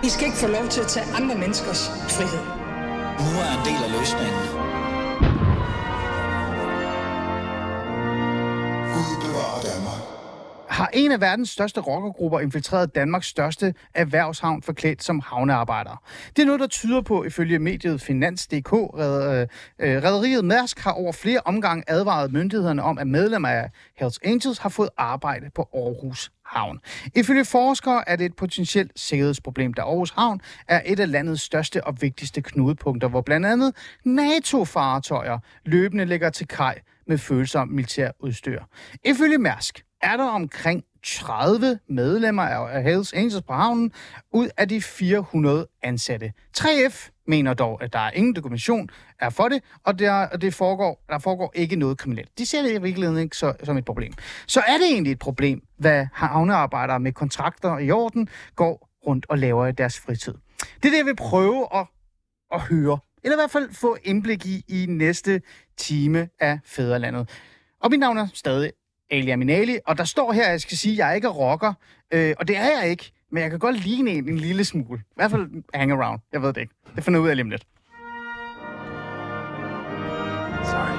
I skal ikke få lov til at tage andre menneskers frihed. Nu er en del af løsningen. Har en af verdens største rockergrupper infiltreret Danmarks største erhvervshavn forklædt som havnearbejdere? Det er noget, der tyder på, ifølge mediet Finans.dk. Rederiet Mærsk har over flere omgange advaret myndighederne om, at medlemmer af Hells Angels har fået arbejde på Aarhus Havn. Ifølge forskere er det et potentielt sikkerhedsproblem, da Aarhus Havn er et af landets største og vigtigste knudepunkter, hvor blandt andet NATO-fartøjer løbende ligger til kaj med følsom militær udstyr. Ifølge Mærsk er der omkring 30 medlemmer af Hells Angels på havnen ud af de 400 ansatte. 3F mener dog, at der er ingen dokumentation er for det, og der foregår ikke noget kriminelt. De ser det i virkeligheden ikke som et problem. Så er det egentlig et problem, hvad havnearbejdere med kontrakter i orden går rundt og laver i deres fritid. Det er det, jeg vil prøve at høre, eller i hvert fald få indblik i næste time af Fædrelandet. Og mit navn er stadig Ali Aminali, og der står her, at jeg skal sige, at jeg ikke er rocker, og det er jeg ikke, men jeg kan godt ligne en lille smule. I hvert fald hang around, jeg ved det ikke. Det finder jeg ud af lige om lidt. Sorry.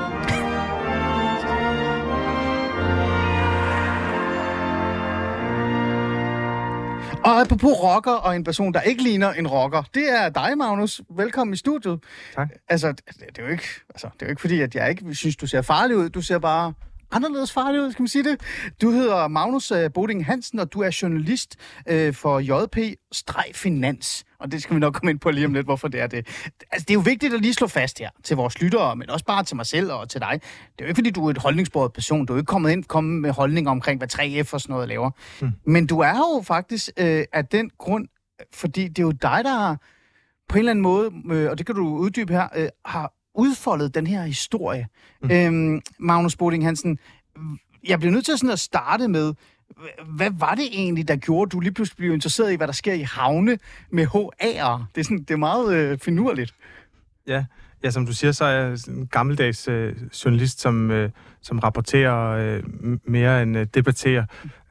Og apropos rocker og en person, der ikke ligner en rocker, det er dig, Magnus. Velkommen i studiet. Tak. Altså, det er jo ikke fordi, at jeg ikke synes, du ser farlig ud. Du ser bare anderledes farlig ud, skal man sige det. Du hedder Magnus Boding Hansen, og du er journalist for JP-Finans. Og det skal vi nok komme ind på lige om lidt, hvorfor det er det. Altså, det er jo vigtigt at lige slå fast her til vores lyttere, men også bare til mig selv og til dig. Det er jo ikke, fordi du er et holdningsbordet person. Du er ikke kommet med holdninger omkring, hvad 3F og sådan noget laver. Men du er jo faktisk af den grund, fordi det er jo dig, der har på en eller anden måde, og det kan du uddybe her, har udfoldet den her historie. Magnus Boding Hansen, jeg bliver nødt til sådan at starte med, hvad var det egentlig, der gjorde, at du lige pludselig blev interesseret i, hvad der sker i havne med HA'er? Det er meget finurligt. Ja, som du siger, så er jeg en gammeldags journalist, som rapporterer mere end debatterer.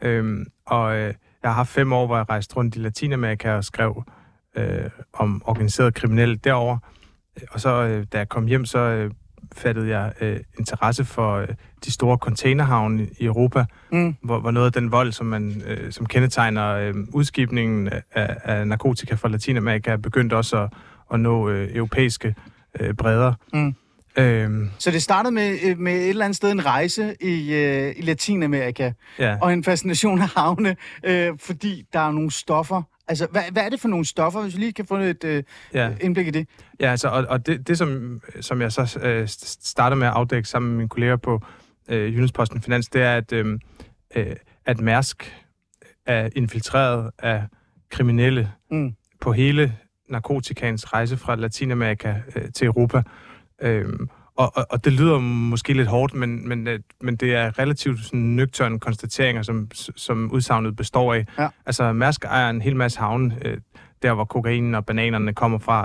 Jeg har haft 5 år, hvor jeg rejste rundt i Latinamerika og skrev om organiseret kriminelle derovre. Og så, da jeg kom hjem, så fattede jeg interesse for de store containerhavne i Europa, hvor noget af den vold, som kendetegner udskibningen af narkotika fra Latinamerika, er begyndt også at nå europæiske bredder. Så det startede med et eller andet sted en rejse i Latinamerika, og en fascination af havne, fordi der er nogle stoffer. Altså, hvad er det for nogle stoffer, hvis vi lige kan få et indblik i det? Ja, altså, og det som jeg så starter med at afdække sammen med mine kolleger på Jyllands-Posten Finans, det er, at Mærsk er infiltreret af kriminelle på hele narkotikans rejse fra Latinamerika til Europa. Og det lyder måske lidt hårdt, men det er relativt sådan nøgterne konstateringer, som udsagnet består af. Ja. Altså, Mærsk ejer en hel masse havne, der hvor kokainen og bananerne kommer fra,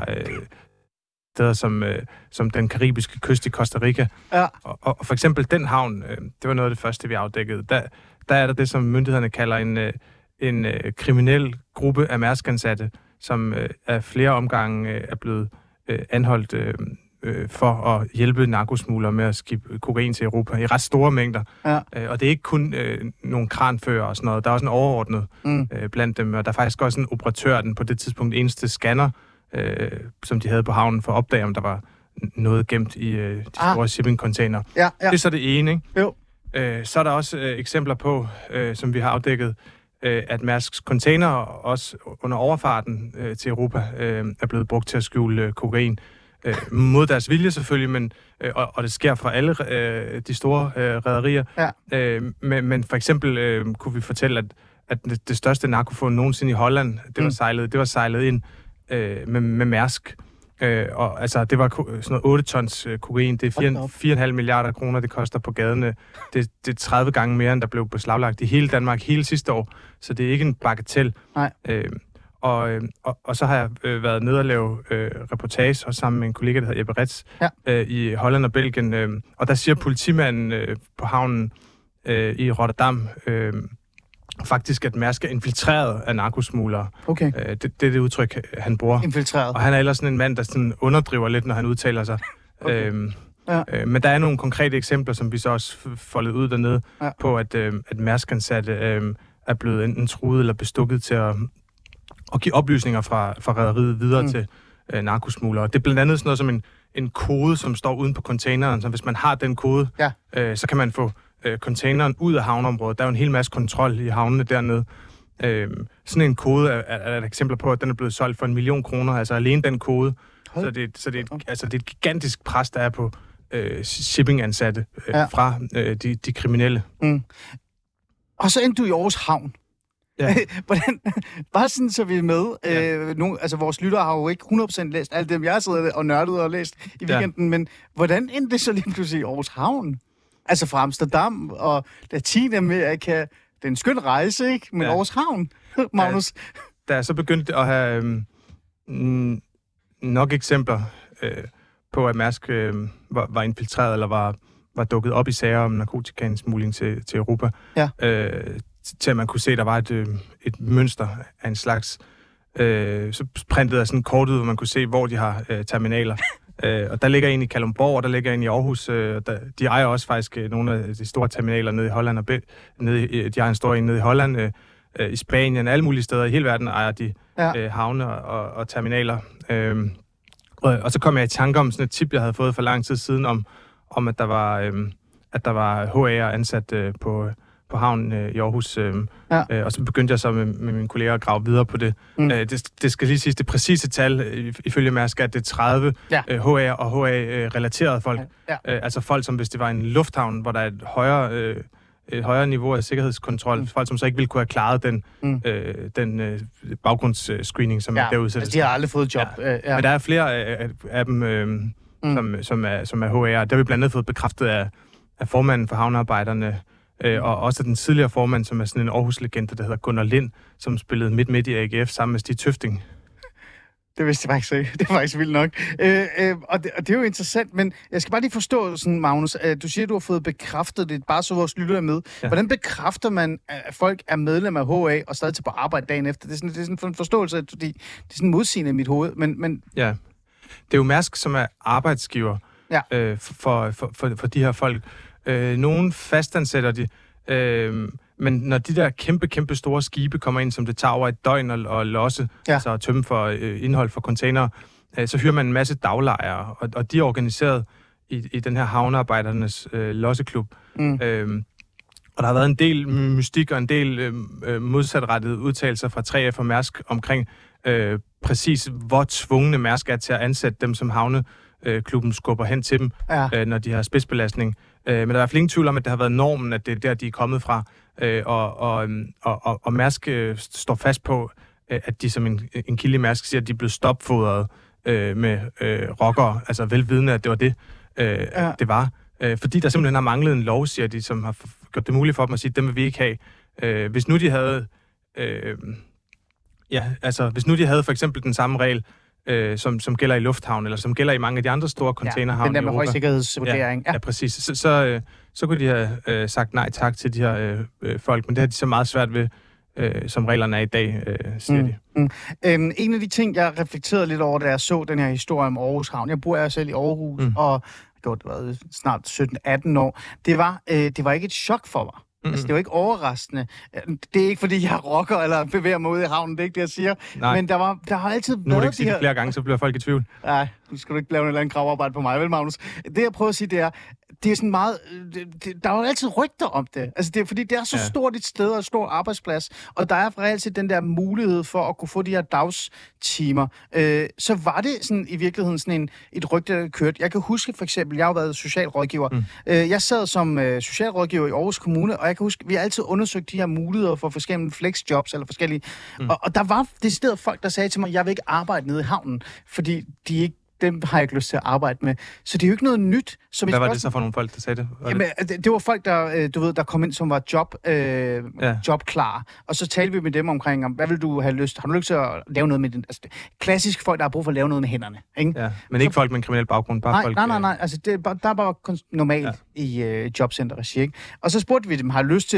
steder som den karibiske kyst i Costa Rica. Ja. Og for eksempel den havn, det var noget af det første, vi afdækkede. Der er der det, som myndighederne kalder en kriminel gruppe af Mærsk-ansatte, som af flere omgange er blevet anholdt for at hjælpe narkosmuglere med at skibe kokain til Europa i ret store mængder. Ja. Og det er ikke kun nogle kranfører og sådan noget. Der er også en overordnet blandt dem, og der er faktisk også en operatør, den på det tidspunkt eneste scanner, som de havde på havnen for at opdage, om der var noget gemt i de store shipping-container. Ja. Det er så det ene, ikke? Jo. Så er der også eksempler på, som vi har afdækket, at Mærsks container også under overfarten til Europa er blevet brugt til at skjule kokain. Mod deres vilje selvfølgelig, men, og det sker fra alle de store rederier. Ja. Men for eksempel kunne vi fortælle, at det største narkofund nogensinde i Holland, det var sejlet ind med Mærsk. Og altså, det var sådan noget 8 tons kokain. Det er 4,5 milliarder kroner, det koster på gaderne. Det er 30 gange mere, end der blev beslaglagt i hele Danmark hele sidste år. Så det er ikke en bagatel. Nej. Og så har jeg været nede og lave reportage også sammen med en kollega, der hedder Jeppe Retz, i Holland og Belgien. Og der siger politimanden på havnen i Rotterdam, faktisk, at Mærsk er infiltreret af narkosmuglere. Okay. Det er det udtryk, han bruger. Infiltreret. Og han er ellers sådan en mand, der sådan underdriver lidt, når han udtaler sig. Okay. Men der er nogle konkrete eksempler, som vi så også foldet ud dernede, på at Mærsk-ansatte er blevet enten truet eller bestukket til at give oplysninger fra rederiet videre til narkosmuglere. Det er blandt andet sådan noget som en kode, som står uden på containeren, så hvis man har den kode, så kan man få containeren ud af havneområdet. Der er jo en hel masse kontrol i havnene dernede. Sådan en kode er et eksempel på, at den er blevet solgt for 1 million kroner, altså alene den kode. Så det er et gigantisk pres, der er på shippingansatte fra de kriminelle. Og så endte du i Aarhus Havn. Ja. Hvordan, bare sådan, så vi er med. Altså, vores lyttere har jo ikke 100% læst alt dem, jeg har siddet og nørdet og læst i weekenden, men hvordan endte det så lige pludselig i Aarhus Havn? Altså fra Amsterdam og Latinamerika. Det er en skøn rejse, ikke? Men Aarhus Havn, Magnus. Da jeg så begyndte at have nok eksempler på, at Mærsk var infiltreret eller var dukket op i sager om narkotikainsmugling til Europa, til at man kunne se, at der var et mønster af en slags. Så printede jeg sådan et kort ud, hvor man kunne se, hvor de har terminaler. Og der ligger en i Kalundborg, og der ligger en i Aarhus. De ejer også faktisk nogle af de store terminaler nede i Holland. De har en stor en nede i Holland, i Spanien, alle mulige steder i hele verden ejer de havne og terminaler. Og så kom jeg i tanke om sådan et tip, jeg havde fået for lang tid siden, om at der var HA'er ansat på havnen i Aarhus. Og så begyndte jeg så med mine kolleger at grave videre på det. Det skal lige siges, det præcise tal, ifølge Mærsk, at det er 30 HA'er og HA-relaterede folk. Altså folk, som hvis det var en lufthavn, hvor der er et højere niveau af sikkerhedskontrol. Folk, som så ikke ville kunne have klaret den baggrundsscreening, som der udsættes. Altså, de har aldrig fået job. Men der er flere af dem, som er HA'er. Det har vi blandt andet fået bekræftet af formanden for havnearbejderne, og også den tidligere formand, som er sådan en Aarhus-legende, der hedder Gunnar Lind, som spillede midt i AGF sammen med Stig Tøfting. Det vidste jeg faktisk ikke. Det var faktisk vildt nok. Og det er jo interessant, men jeg skal bare lige forstå, sådan, Magnus, du siger, at du har fået bekræftet det, bare så vores lytter er med. Ja. Hvordan bekræfter man, at folk er medlem af HA og stadig til på arbejde dagen efter? Det er sådan en forståelse, fordi det er sådan en modsigende i mit hoved. Men... Ja, det er jo Mærsk, som er arbejdsgiver for de her folk. Nogen fastansætter de, men når de der kæmpe store skibe kommer ind, som det tager over et døgn og losse, altså at tømme for indhold for containere, så hyrer man en masse daglejere, og de er organiseret i den her havnearbejdernes losseklub. Og der har været en del mystik og en del modsatrettede udtalelser fra 3F og Mærsk omkring præcis, hvor tvungne Mærsk er til at ansætte dem, som havneklubben skubber hen til dem, når de har spidsbelastning. Men der er i hvert fald ingen tvivl om, at det har været normen, at det er der, de er kommet fra. Og Mærsk står fast på, at de som en kilde i Mærsk siger, at de er blevet stopfodret med rockere, altså velvidende, at det var det, det var. Fordi der simpelthen har manglet en lov, siger de, som har gjort det muligt for dem at sige, at dem vil vi ikke have. Hvis nu de havde... hvis nu de havde for eksempel den samme regel, som gælder i lufthavn, eller som gælder i mange af de andre store containerhavne i Europa. Den der med højsikkerhedsvurdering. Ja, præcis. Så kunne de have sagt nej tak til de her folk, men det har de så meget svært ved, som reglerne er i dag, siger de. En af de ting, jeg reflekterede lidt over, da jeg så den her historie om Aarhus Havn, jeg bor selv i Aarhus, og det var snart 17-18 år, det var ikke et chok for mig. Altså, det var ikke overraskende. Det er ikke, fordi jeg rocker eller bevæger mig ud i havnen, det er ikke det, jeg siger. Nej. Men der har altid været nu må du ikke sige det flere gange, så bliver folk i tvivl. Nej, nu skal du ikke lave en eller anden gravarbejde på mig, vel, Magnus? Det, jeg prøver at sige, det er sådan meget... der er jo altid rygter om det. Altså, det er, fordi det er så stort et sted og et stort arbejdsplads, og der er reelt set den der mulighed for at kunne få de her dagstimer. Så var det sådan i virkeligheden sådan et rygte, der kørte. Jeg kan huske for eksempel, jeg har været socialrådgiver. Jeg sad som socialrådgiver i Aarhus Kommune, og jeg kan huske, vi har altid undersøgt de her muligheder for forskellige flexjobs eller forskellige... Og der var decideret folk, der sagde til mig, jeg vil ikke arbejde nede i havnen, fordi dem har jeg ikke lyst til at arbejde med. Så det er jo ikke noget nyt. Hvad var det så for nogle folk, der sagde det? Jamen, det var folk, der kom ind, som var jobklar. Og så talte vi med dem omkring, hvad vil du have lyst? Har du lyst til at lave noget med den? Altså, klassisk folk, der har brug for at lave noget med hænderne. Ikke? Ja, men ikke folk med en kriminel baggrund. Bare folk, nej. Altså, der er bare normalt i jobcenter-regi. Ikke? Og så spurgte vi dem, har lyst til at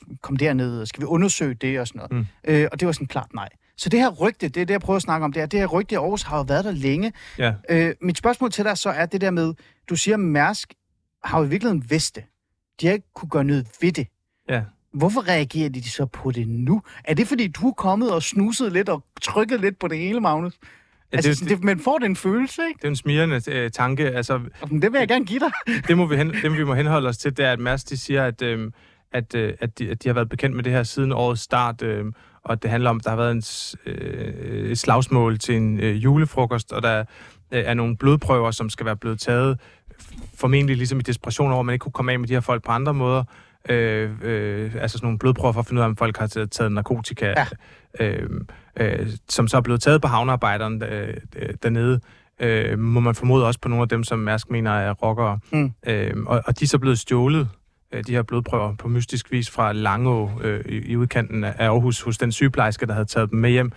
komme derned, skal vi undersøge det og sådan noget. Og det var sådan klart nej. Så det her rygte, det er det, jeg prøver at snakke om, det her rygte i Aarhus har jo været der længe. Ja. Mit spørgsmål til dig så er det der med, du siger, Mærsk har jo i virkeligheden vidst det. De har ikke kunne gøre noget ved det. Ja. Hvorfor reagerer de så på det nu? Er det, fordi du er kommet og snuset lidt og trykket lidt på det hele, Magnus? Ja, altså, man får den følelse, ikke? Det er en smirrende tanke. Altså, det vil jeg gerne give dig. det vi må henholde os til, det er, at Mærsk, de siger, at de har været bekendt med det her siden årets start, og det handler om, at der har været et slagsmål til en julefrokost, og der er nogle blodprøver, som skal være blevet taget, formentlig ligesom i desperation over, at man ikke kunne komme af med de her folk på andre måder. Altså sådan nogle blodprøver for at finde ud af, om folk har taget narkotika, som så er blevet taget på havnearbejderen dernede. Må man formode også på nogle af dem, som Mærsk mener er rockere. Og de er så blevet stjålet, de her blodprøver, på mystisk vis fra Langå i udkanten af Aarhus, hos den sygeplejerske, der havde taget dem med hjem.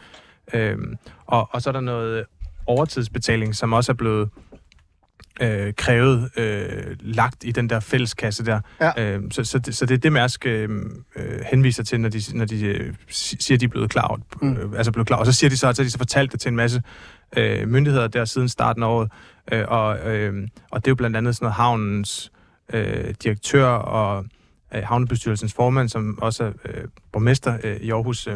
Og så er der noget overtidsbetaling, som også er blevet krævet lagt i den der fælleskasse der. Ja. Så det er det, Mærsk henviser til, når de siger, at de er blevet klar. Blevet klar. Og så siger de så, at de så fortalt det til en masse myndigheder der siden starten af året. Og det er jo blandt andet sådan noget havnens direktør og havnebestyrelsens formand, som også er borgmester i Aarhus.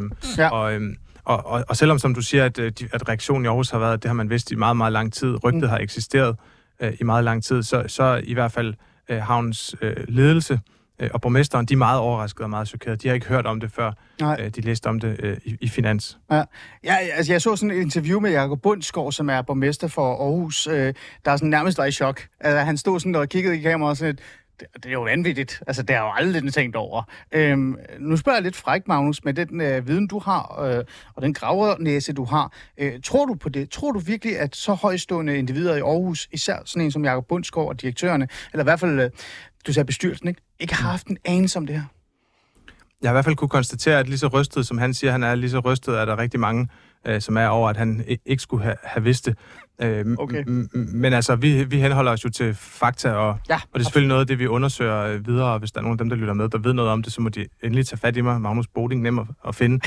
Og selvom, som du siger, at reaktionen i Aarhus har været, at det har man vidst i meget, meget lang tid, rygtet har eksisteret i meget lang tid, så i hvert fald havnens ledelse og borgmesteren, de er meget overraskede og meget chokerede. De har ikke hørt om det før, de læste om det i Finans. Ja, altså jeg så sådan et interview med Jacob Bundsgaard, som er borgmester for Aarhus, der sådan nærmest var i chok. Altså, han stod sådan og kiggede i kameraet og sådan et, det er jo vanvittigt. Altså, det har jo aldrig tænkt over. Nu spørger jeg lidt frækt, Magnus, med den viden, du har, og den gravernæse, du har. Tror du på det? Tror du virkelig, at så højstående individer i Aarhus, især sådan en som Jacob Bundsgaard og direktørerne, eller i hvert fald, du sagde bestyrelsen, ikke har haft en anelse om det her? Jeg har i hvert fald kunne konstatere, at lige så rystet, som han siger, han er lige så rystet, er der rigtig mange, som er over, at han ikke skulle have vidst det. Okay. Men altså, vi henholder os jo til fakta, og det er selvfølgelig noget af det, vi undersøger videre, og hvis der er nogen af dem, der lytter med, der ved noget om det, så må de endelig tage fat i mig. Magnus Boding, nem at finde.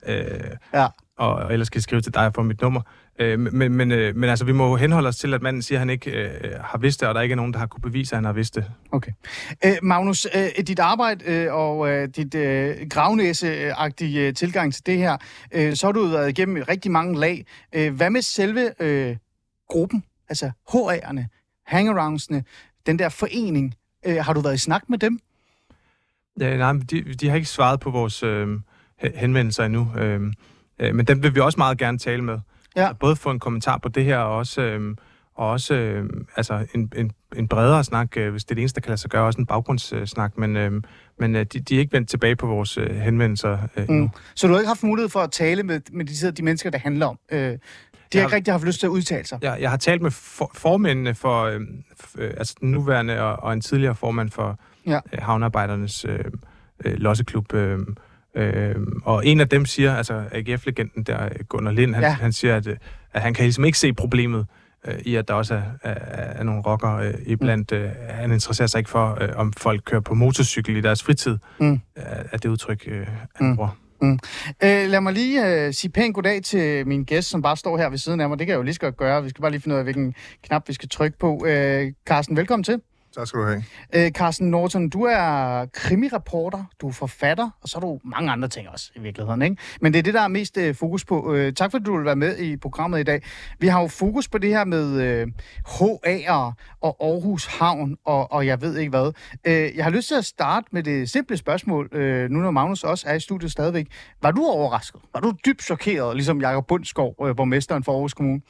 Og ellers skal jeg skrive til dig og få mit nummer. Men altså, vi må henholde os til, at manden siger, at han ikke har vidst det, og der ikke er nogen, der har kunne bevise, at han har vidst det. Okay. Magnus, dit arbejde og dit gravnæse-agtige tilgang til det her, så har du været igennem rigtig mange lag. Hvad med selve gruppen, altså HA'erne, hangaroundsene, den der forening? Har du været i snak med dem? Ja, nej, de har ikke svaret på vores henvendelser endnu. Men dem vil vi også meget gerne tale med. Ja. Både få en kommentar på det her, og også altså en bredere snak, hvis det er det eneste, der kan lade sig gøre, også en baggrundssnak, men de er ikke vendt tilbage på vores henvendelser endnu. Så du har ikke haft mulighed for at tale med de mennesker, det handler om? De har ikke rigtig haft lyst til at udtale sig? Ja, jeg har talt med formændene for altså den nuværende og en tidligere formand for havnearbejdernes losseklub. Og en af dem siger, altså AGF-legenden der, Gunnar Lind, han siger, at han kan ligesom ikke se problemet i, at der også er nogle rockere iblandt. Han interesserer sig ikke for, om folk kører på motorcykel i deres fritid, af det udtryk, han bruger. Lad mig lige sige pænt goddag til min gæst, som bare står her ved siden af mig. Det kan jeg jo lige så godt gøre. Vi skal bare lige finde ud af, hvilken knap vi skal trykke på. Carsten, velkommen til. Tak skal du have. Carsten Norton, du er krimireporter, du er forfatter, og så er du mange andre ting også i virkeligheden, ikke? Men det er det, der er mest fokus på. Tak for, at du vil være med i programmet i dag. Vi har jo fokus på det her med HA'er og Aarhus Havn, og jeg ved ikke hvad. Jeg har lyst til at starte med det simple spørgsmål, nu når Magnus også er i studiet stadigvæk. Var du overrasket? Var du dybt chokeret, ligesom Jacob Bundsgaard, borgmesteren for Aarhus Kommune?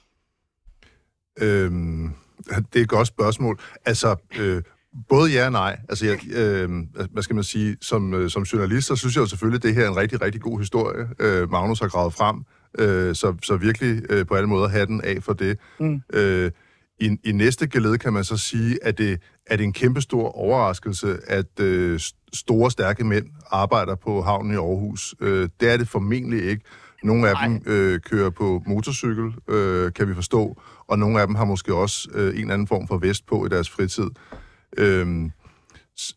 Det er et godt spørgsmål. Altså, både ja og nej. Altså, hvad skal man sige? Som journalist, så synes jeg jo selvfølgelig, at det her er en rigtig, rigtig god historie, Magnus har gravet frem. Så virkelig på alle måder hatten af for det. I næste geled kan man så sige, at det er en kæmpestor overraskelse, at store, stærke mænd arbejder på havnen i Aarhus. Det er det formentlig ikke. Nogle af dem kører på motorcykel, kan vi forstå, og nogle af dem har måske også en eller anden form for vest på i deres fritid.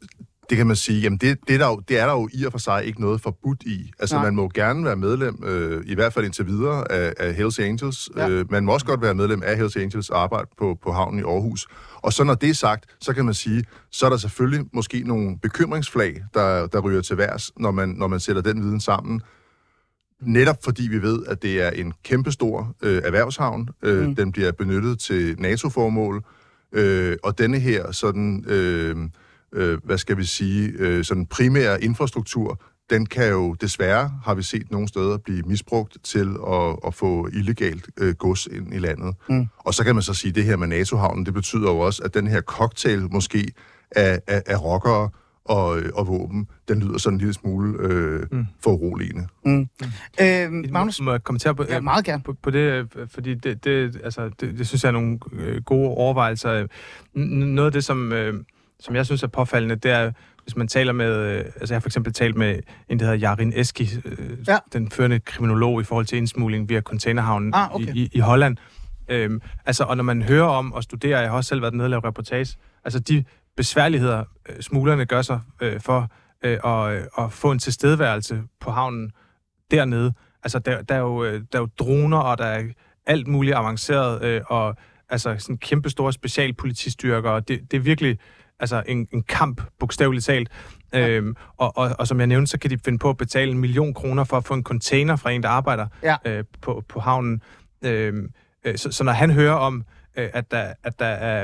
Det kan man sige, jamen det er der jo i og for sig ikke noget forbudt i. Altså man må gerne være medlem, i hvert fald indtil videre, af Hells Angels. Ja. Man må også godt være medlem af Hells Angels og arbejde på havnen i Aarhus. Og så når det er sagt, så kan man sige, så er der selvfølgelig måske nogle bekymringsflag, der ryger til værs, når man sætter den viden sammen. Netop fordi vi ved, at det er en kæmpestor erhvervshavn. Den bliver benyttet til NATO-formål. Og denne her sådan, hvad skal vi sige, sådan primære infrastruktur, den kan jo desværre, har vi set nogle steder, blive misbrugt til at få illegalt gods ind i landet. Og så kan man så sige, at det her med NATO-havnen, det betyder jo også, at den her cocktail måske af rockere og våben, den lyder sådan en lille smule foruroligende. Magnus? Må jeg kommentere på, meget gerne. På det, fordi det synes jeg er nogle gode overvejelser. Noget af det, som jeg synes er påfaldende, det er, hvis man taler med... jeg har for eksempel talt med en, der hedder Jarin Eski, den førende kriminolog i forhold til indsmugling via containerhavnen i Holland. Og når man hører om og studerer, jeg har også selv været nede og lave reportage, altså de besværligheder, smuglerne gør sig for at få en tilstedeværelse på havnen dernede. Altså, der er jo droner, og der er alt muligt avanceret, og altså sådan kæmpestore specialpolitistyrker, og det er virkelig altså en kamp, bogstaveligt talt. Og som jeg nævnte, så kan de finde på at betale 1 million kroner for at få en container fra en, der arbejder på havnen. Så når han hører om, at der er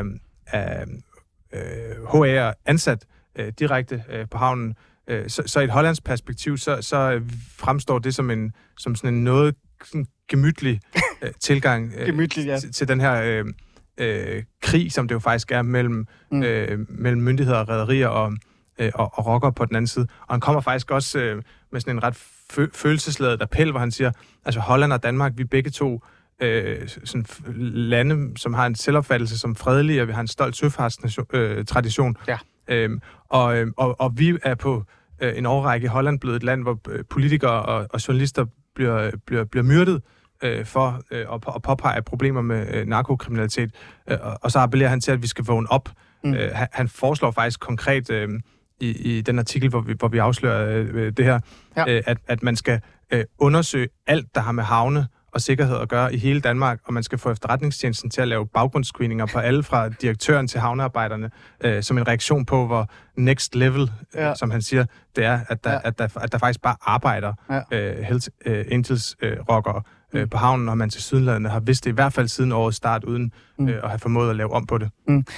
HA'er ansat direkte på havnen, så i et hollandsk perspektiv, så fremstår det som sådan en noget sådan gemytlig tilgang til den her krig, som det jo faktisk er mellem myndigheder og rederier og rockere på den anden side. Og han kommer faktisk også med sådan en ret følelsesladet appel, hvor han siger, altså Holland og Danmark, vi begge to sådan lande, som har en selvopfattelse som fredelige, og vi har en stolt søfartstradition. Og vi er på en årrække i Holland blevet et land, hvor politikere og journalister bliver myrdet for at påpege problemer med narkokriminalitet. Og så appellerer han til, at vi skal vågne op. Han foreslår faktisk konkret i den artikel, hvor vi afslører det her, at man skal undersøge alt, der har med havne og sikkerhed at gøre i hele Danmark, og man skal få efterretningstjenesten til at lave baggrundsscreeninger på alle fra direktøren til havnearbejderne, som en reaktion på, hvor next level, som han siger, det er, at der faktisk bare arbejder Hells Angels rockere på havnen, og man til sydenlandene har vidst det i hvert fald siden årets start, uden at have formået at lave om på det.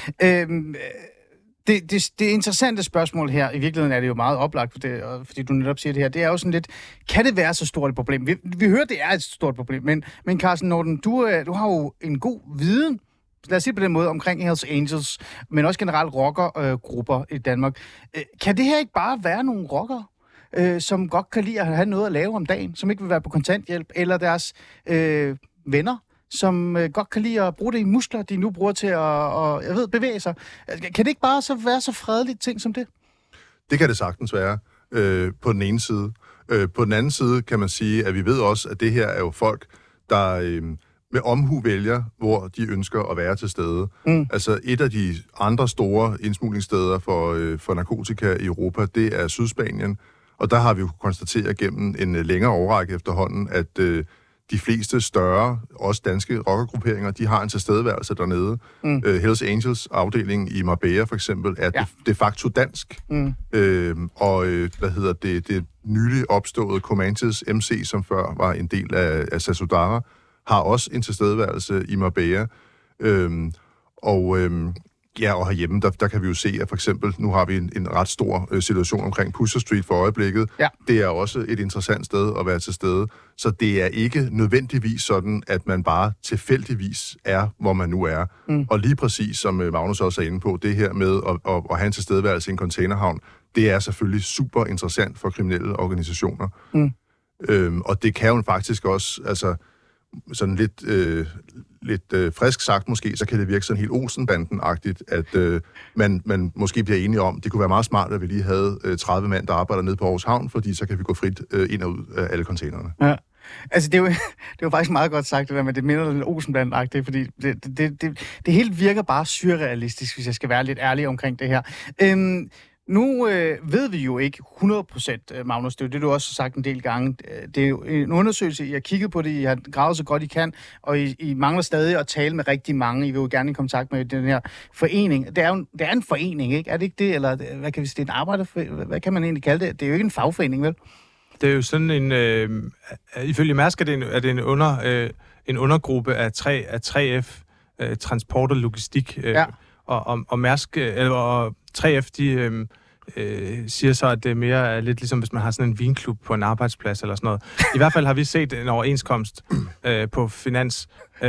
Det interessante spørgsmål her, i virkeligheden er det jo meget oplagt, fordi du netop siger det her, det er jo sådan lidt, kan det være så stort et problem? Vi hører, det er et stort problem, men Carsten Norden, du har jo en god viden, lad os sige på den måde, omkring Hells Angels, men også generelt rockergrupper i Danmark. Kan det her ikke bare være nogle rockere, som godt kan lide at have noget at lave om dagen, som ikke vil være på kontanthjælp, eller deres venner, som godt kan lide at bruge det i muskler, de nu bruger til at bevæge sig. Kan det ikke bare så være så fredeligt ting som det? Det kan det sagtens være, på den ene side. På den anden side kan man sige, at vi ved også, at det her er jo folk, der med omhu vælger, hvor de ønsker at være til stede. Altså et af de andre store indsmuglingssteder for narkotika i Europa, det er Sydspanien. Og der har vi jo konstateret gennem en længere årrække efterhånden, at de fleste større, også danske rockergrupperinger, de har en tilstedeværelse dernede. Hells Angels afdeling i Marbella for eksempel er de facto dansk. Det nylig opståede Comanches MC, som før var en del af Sasudara, har også en tilstedeværelse i Marbella. Og herhjemme, der kan vi jo se, at for eksempel, nu har vi en ret stor situation omkring Pusher Street for øjeblikket. Ja. Det er også et interessant sted at være til stede. Så det er ikke nødvendigvis sådan, at man bare tilfældigvis er, hvor man nu er. Og lige præcis, som Magnus også er inde på, det her med at have en tilstedeværelse i en containerhavn, det er selvfølgelig super interessant for kriminelle organisationer. Og det kan jo faktisk også, altså sådan lidt frisk sagt måske, så kan det virke sådan helt Olsen-banden-agtigt, at man måske bliver enige om, det kunne være meget smart, at vi lige havde 30 mand, der arbejder nede på Aarhus Havn, fordi så kan vi gå frit ind og ud af alle containerne. Ja. Altså, det er jo faktisk meget godt sagt, det der med, det minder lidt Olsen-banden-agtigt, fordi det hele virker bare surrealistisk, hvis jeg skal være lidt ærlig omkring det her. Nu ved vi jo ikke 100%, Magnus, det er jo det, du også har sagt en del gange. Det er jo en undersøgelse, I har kigget på det, I har gravet så godt I kan, og I mangler stadig at tale med rigtig mange. I vil jo gerne i kontakt med den her forening. Det er en forening, ikke? Er det ikke det? Eller hvad kan vi sige, det er en arbejderforening? Hvad kan man egentlig kalde det? Det er jo ikke en fagforening, vel? Det er jo sådan en... ifølge Mærsk er det en undergruppe af 3F, transport og logistik. Og Mærsk, og 3F, de siger så, at det mere er lidt ligesom, hvis man har sådan en vinklub på en arbejdsplads eller sådan noget. I hvert fald har vi set en overenskomst på Finans,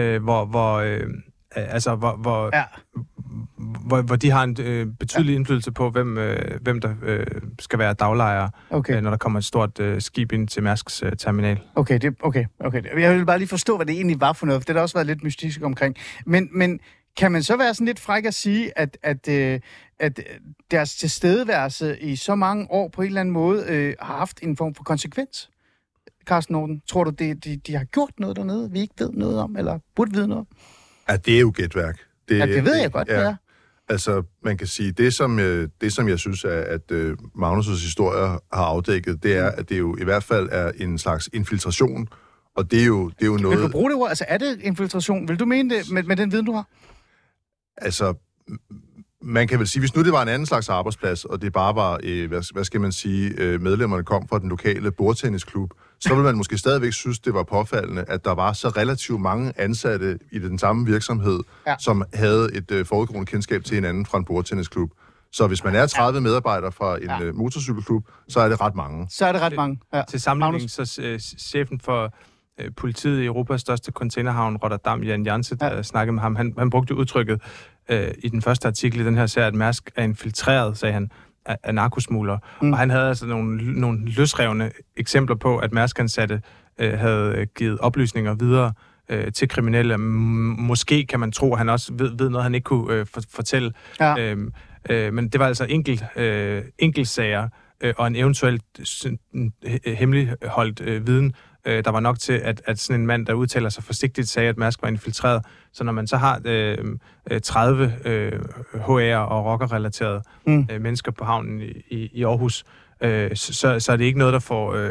hvor de har en betydelig indflydelse på, hvem der skal være daglejere, når der kommer et stort skib ind til Mærsks terminal. Okay. Jeg vil bare lige forstå, hvad det egentlig var for noget, for det har også været lidt mystisk omkring. Men kan man så være sådan lidt fræk at sige, at deres tilstedeværelse i så mange år på en eller anden måde har haft en form for konsekvens? Carsten Norden, tror du, de har gjort noget dernede, vi ikke ved noget om, eller burde vide noget? Ja, det er jo gætværk. Det ved jeg godt, ja. Det er. Altså, man kan sige, det som jeg synes, at Magnus' historie har afdækket, det er, at det jo i hvert fald er en slags infiltration, og det er jo noget... Vil du bruge det ord? Altså, er det infiltration? Vil du mene det med den viden, du har? Altså, man kan vel sige, hvis nu det var en anden slags arbejdsplads, og det bare var, hvad skal man sige, medlemmerne kom fra den lokale bordtennisklub, så ville man måske stadigvæk synes, det var påfaldende, at der var så relativt mange ansatte i den samme virksomhed, som havde et forudgående kendskab til hinanden fra en bordtennisklub. Så hvis man er 30 medarbejdere fra en motorcykelklub, så er det ret mange. Ja. Til sammenligning, så chefen for politiet i Europas største containerhavn, Rotterdam, Jan Janse, der snakkede med ham, han brugte udtrykket i den første artikel i den her serie, at Mærsk er infiltreret, sagde han, af narkosmuglere. Og han havde altså nogle løsrevne eksempler på, at Mærsk-ansatte havde givet oplysninger videre til kriminelle. Måske kan man tro, at han også ved noget, han ikke kunne fortælle. Ja. Men det var altså enkeltsager og en eventuelt hemmeligholdt viden, der var nok til, at sådan en mand, der udtaler sig forsigtigt, sagde, at Mærsk var infiltreret. Så når man så har 30 HR'er og rockerrelaterede mennesker på havnen i Aarhus, så er det ikke noget, der får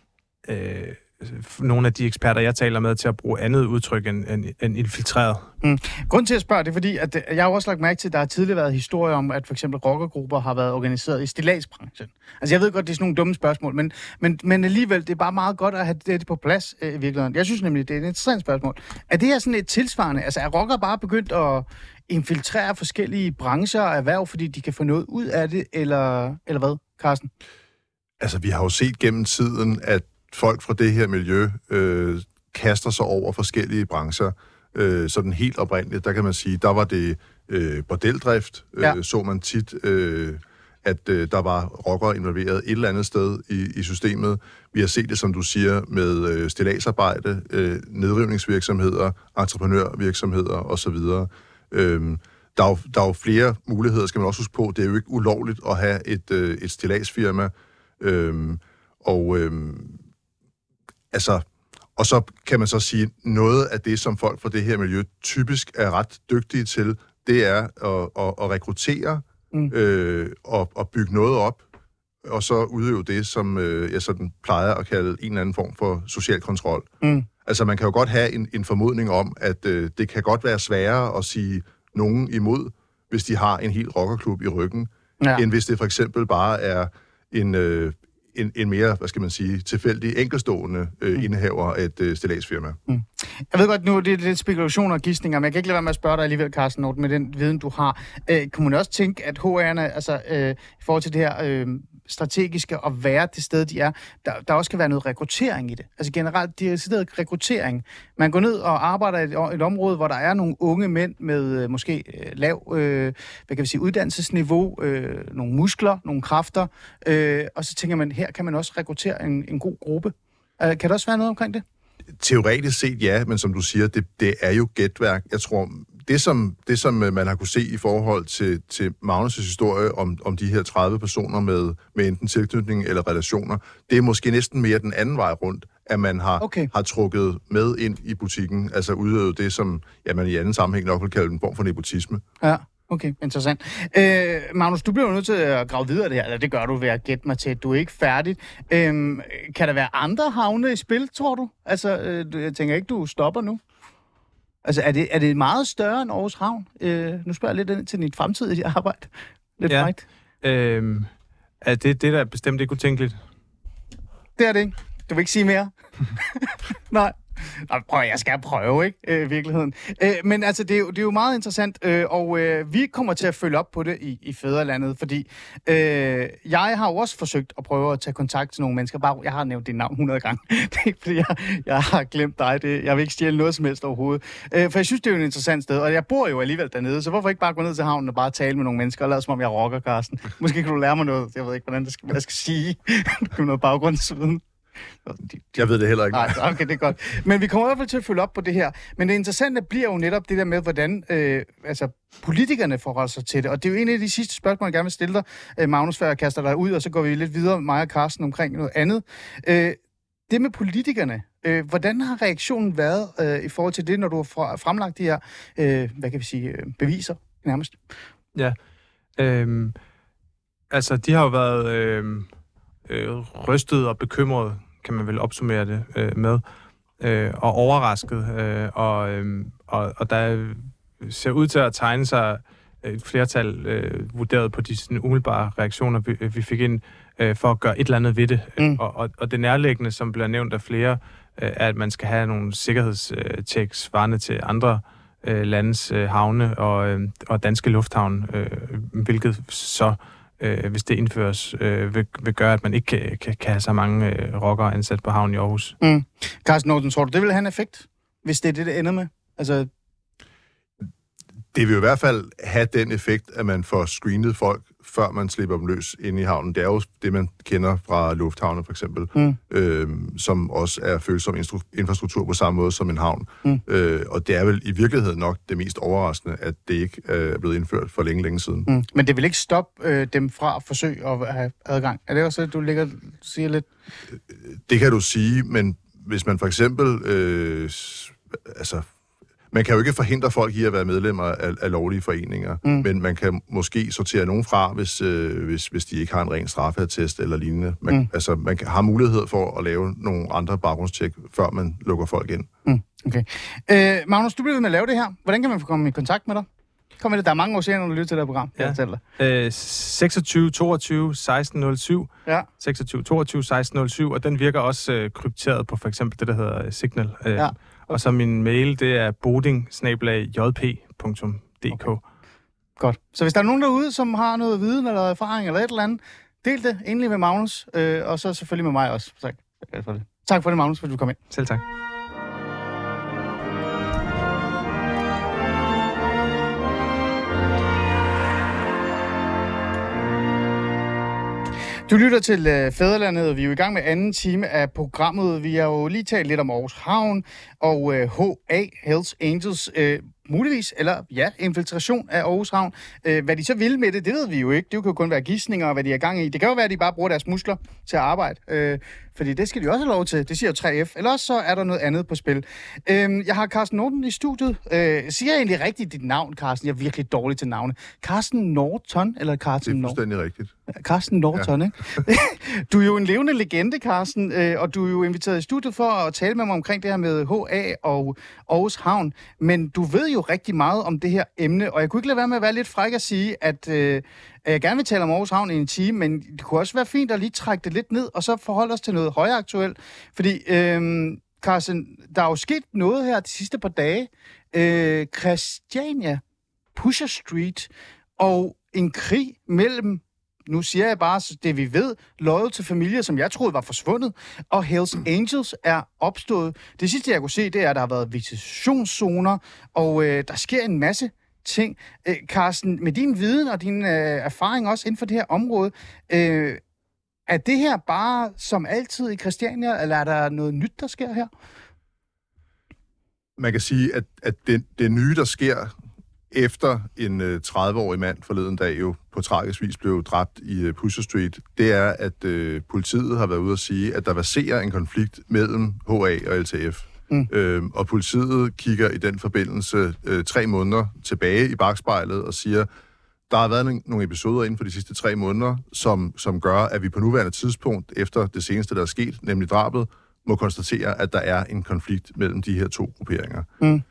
nogle af de eksperter, jeg taler med, til at bruge andet udtryk end infiltreret. Grunden til at spørge, det er fordi, at jeg har også lagt mærke til, at der har tidligere været historier om, at for eksempel rockergrupper har været organiseret i stilladsbranchen. Altså jeg ved godt, det er sådan nogle dumme spørgsmål, men alligevel, det er bare meget godt at have det på plads i virkeligheden. Jeg synes nemlig, det er et interessant spørgsmål. Er det her sådan et tilsvarende? Altså er rocker bare begyndt at infiltrere forskellige brancher og erhverv, fordi de kan få noget ud af det, eller hvad, Carsten? Altså vi har jo set gennem tiden, at folk fra det her miljø kaster sig over forskellige brancher. Sådan helt oprindeligt, der kan man sige, der var det bordeldrift, så man tit, at der var rockere involveret et eller andet sted i systemet. Vi har set det, som du siger, med stilladsarbejde, nedrivningsvirksomheder, entreprenørvirksomheder osv. Der er jo flere muligheder, skal man også huske på. Det er jo ikke ulovligt at have et stilladsfirma. Og så kan man så sige, noget af det, som folk fra det her miljø typisk er ret dygtige til, det er at rekruttere og bygge noget op, og så udøve det, som jeg sådan plejer at kalde en eller anden form for social kontrol. Altså man kan jo godt have en formodning om, at det kan godt være sværere at sige nogen imod, hvis de har en hel rockerklub i ryggen, end hvis det for eksempel bare er en mere, hvad skal man sige, tilfældig enkeltstående indehaver af et stilladsfirma. Jeg ved godt, nu det er lidt spekulationer og gidsninger, men jeg kan ikke lade være med at spørge dig alligevel, Carsten Norden, med den viden, du har. Kunne man også tænke, at HR'erne, altså i forhold til det her strategiske at være det sted, de er, der også skal være noget rekruttering i det. Altså generelt, de er rekruttering. Man går ned og arbejder i et område, hvor der er nogle unge mænd med måske lav, hvad kan vi sige, uddannelsesniveau, nogle muskler, nogle kræfter, og så tænker man, her kan man også rekruttere en god gruppe. Kan der også være noget omkring det? Teoretisk set ja, men som du siger, det er jo gætværk. Jeg tror, det som man har kunne se i forhold til Magnus' historie om de her 30 personer med enten tilknytning eller relationer, det er måske næsten mere den anden vej rundt, at man har trukket med ind i butikken, altså udøvet det, som man i anden sammenhæng nok vil kalde en form for nepotisme. Ja. Okay, interessant. Magnus, du bliver jo nødt til at grave videre det her, eller det gør du ved at gætte mig til, at du er ikke færdig. Kan der være andre havne i spil, tror du? Altså, jeg tænker ikke, du stopper nu. Altså, er det meget større end Aarhus Havn? Nu spørger jeg lidt ind til dit fremtidige arbejde. Lidt frækt. Er det der bestemt ikke utænkeligt? Det er det ikke. Du vil ikke sige mere? Nej. Jeg skal prøve, ikke? I virkeligheden. Men altså, det er jo meget interessant, og vi kommer til at følge op på det i Fædrelandet, fordi jeg har jo også forsøgt at prøve at tage kontakt til nogle mennesker. Jeg har nævnt dit navn 100 gange. Det er ikke, fordi jeg har glemt dig. Jeg vil ikke stjæle noget som helst overhovedet. For jeg synes, det er jo et interessant sted, og jeg bor jo alligevel dernede, så hvorfor ikke bare gå ned til havnen og bare tale med nogle mennesker og lade som om jeg rocker, Carsten? Måske kan du lære mig noget. Jeg ved ikke, hvad jeg skal sige. Det er noget baggrundsviden. Jeg ved det heller ikke. Nej, okay, det er godt. Men vi kommer i hvert fald til at følge op på det her. Men det interessante bliver jo netop det der med, hvordan politikerne forholder sig til det. Og det er jo en af de sidste spørgsmål, jeg gerne vil stille dig, Magnus, før jeg kaster dig ud, og så går vi lidt videre, mig og Carsten, omkring noget andet. Det med politikerne, hvordan har reaktionen været i forhold til det, når du har fremlagt de her, hvad kan vi sige, beviser nærmest? Ja, altså de har jo været rystet og bekymret, kan man vel opsummere det med, og overrasket, og der ser ud til at tegne sig et flertal vurderet på de sådan, umiddelbare reaktioner, vi fik ind, for at gøre et eller andet ved det. Og det nærliggende, som bliver nævnt af flere, er, at man skal have nogle sikkerhedstjeks svarende til andre landes havne og danske lufthavne, hvilket så hvis det indføres, vil gøre, at man ikke kan have så mange rockere ansat på havnen i Aarhus. Carsten Norton, tror du, det vil have en effekt, hvis det er det ender med? Altså... Det vil i hvert fald have den effekt, at man får screenet folk, før man slipper dem løs inde i havnen. Det er jo det, man kender fra lufthavne, for eksempel, som også er følsom infrastruktur på samme måde som en havn. Og det er vel i virkeligheden nok det mest overraskende, at det ikke er blevet indført for længe siden. Men det vil ikke stoppe dem fra at forsøge at have adgang? Er det også det, du siger lidt? Det kan du sige, men hvis man for eksempel... Man kan jo ikke forhindre folk i at være medlemmer af lovlige foreninger, men man kan måske sortere nogen fra, hvis de ikke har en ren straffeattest eller lignende. Man har mulighed for at lave nogle andre baggrundstjek, før man lukker folk ind. Okay. Magnus, du bliver ved med at lave det her. Hvordan kan man få komme i kontakt med dig? Kom med det. Der er mange år siden, når du lytter til det her program. Ja. 26 22 1607. Ja. 26 22 1607, og den virker også krypteret på for eksempel det, der hedder Signal. Ja. Og så min mail, det er boding@jp.dk. Okay. Godt. Så hvis der er nogen derude, som har noget viden eller erfaring eller et eller andet, del det endelig med Magnus, og så selvfølgelig med mig også. Tak for det. Tak for det, Magnus, fordi du kom ind. Selv tak. Du lytter til Fædrelandet, og vi er jo i gang med anden time af programmet. Vi har jo lige talt lidt om Aarhus Havn og HA, Hells Angels, muligvis, eller infiltration af Aarhus Havn. Hvad de så vil med det, det ved vi jo ikke. Det kan jo kun være gidsninger, og hvad de er gang i. Det kan jo være, at de bare bruger deres muskler til at arbejde. Fordi det skal de også have lov til. Det siger jo 3F. Eller også så er der noget andet på spil. Jeg har Carsten Norton i studiet. Siger jeg egentlig rigtigt dit navn, Carsten? Jeg er virkelig dårlig til navne. Carsten Norton, eller Carsten Norton? Det er fuldstændig rigtigt. Carsten Norton, ikke? Du er jo en levende legende, Carsten, og du er jo inviteret i studiet for at tale med mig omkring det her med HA og Aarhus Havn. Men du ved jo rigtig meget om det her emne, og jeg kunne ikke lade være med at være lidt fræk at sige, at jeg gerne vil tale om Aarhus Havn i en time, men det kunne også være fint at lige trække det lidt ned, og så forholde os til noget højere aktuelt. Fordi, Carsten, der er jo sket noget her de sidste par dage. Christiania, Pusher Street og en krig mellem, nu siger jeg bare det vi ved, Loyal til familier, som jeg troede var forsvundet, og Hells Angels er opstået. Det sidste, jeg kunne se, det er, at der har været visitationszoner, og der sker en masse ting. Carsten, med din viden og din erfaring også inden for det her område, er det her bare som altid i Christiania, eller er der noget nyt, der sker her? Man kan sige, at det nye, der sker efter en 30-årig mand forleden dag jo på tragisk vis blev dræbt i Pusher Street, det er, at politiet har været ude at sige, at der verserer en konflikt mellem HA og LTF. Og politiet kigger i den forbindelse 3 måneder tilbage i bakspejlet og siger, der har været nogle episoder inden for de sidste 3 måneder, som gør, at vi på nuværende tidspunkt, efter det seneste, der er sket, nemlig drabet, må konstatere, at der er en konflikt mellem de her 2 grupperinger.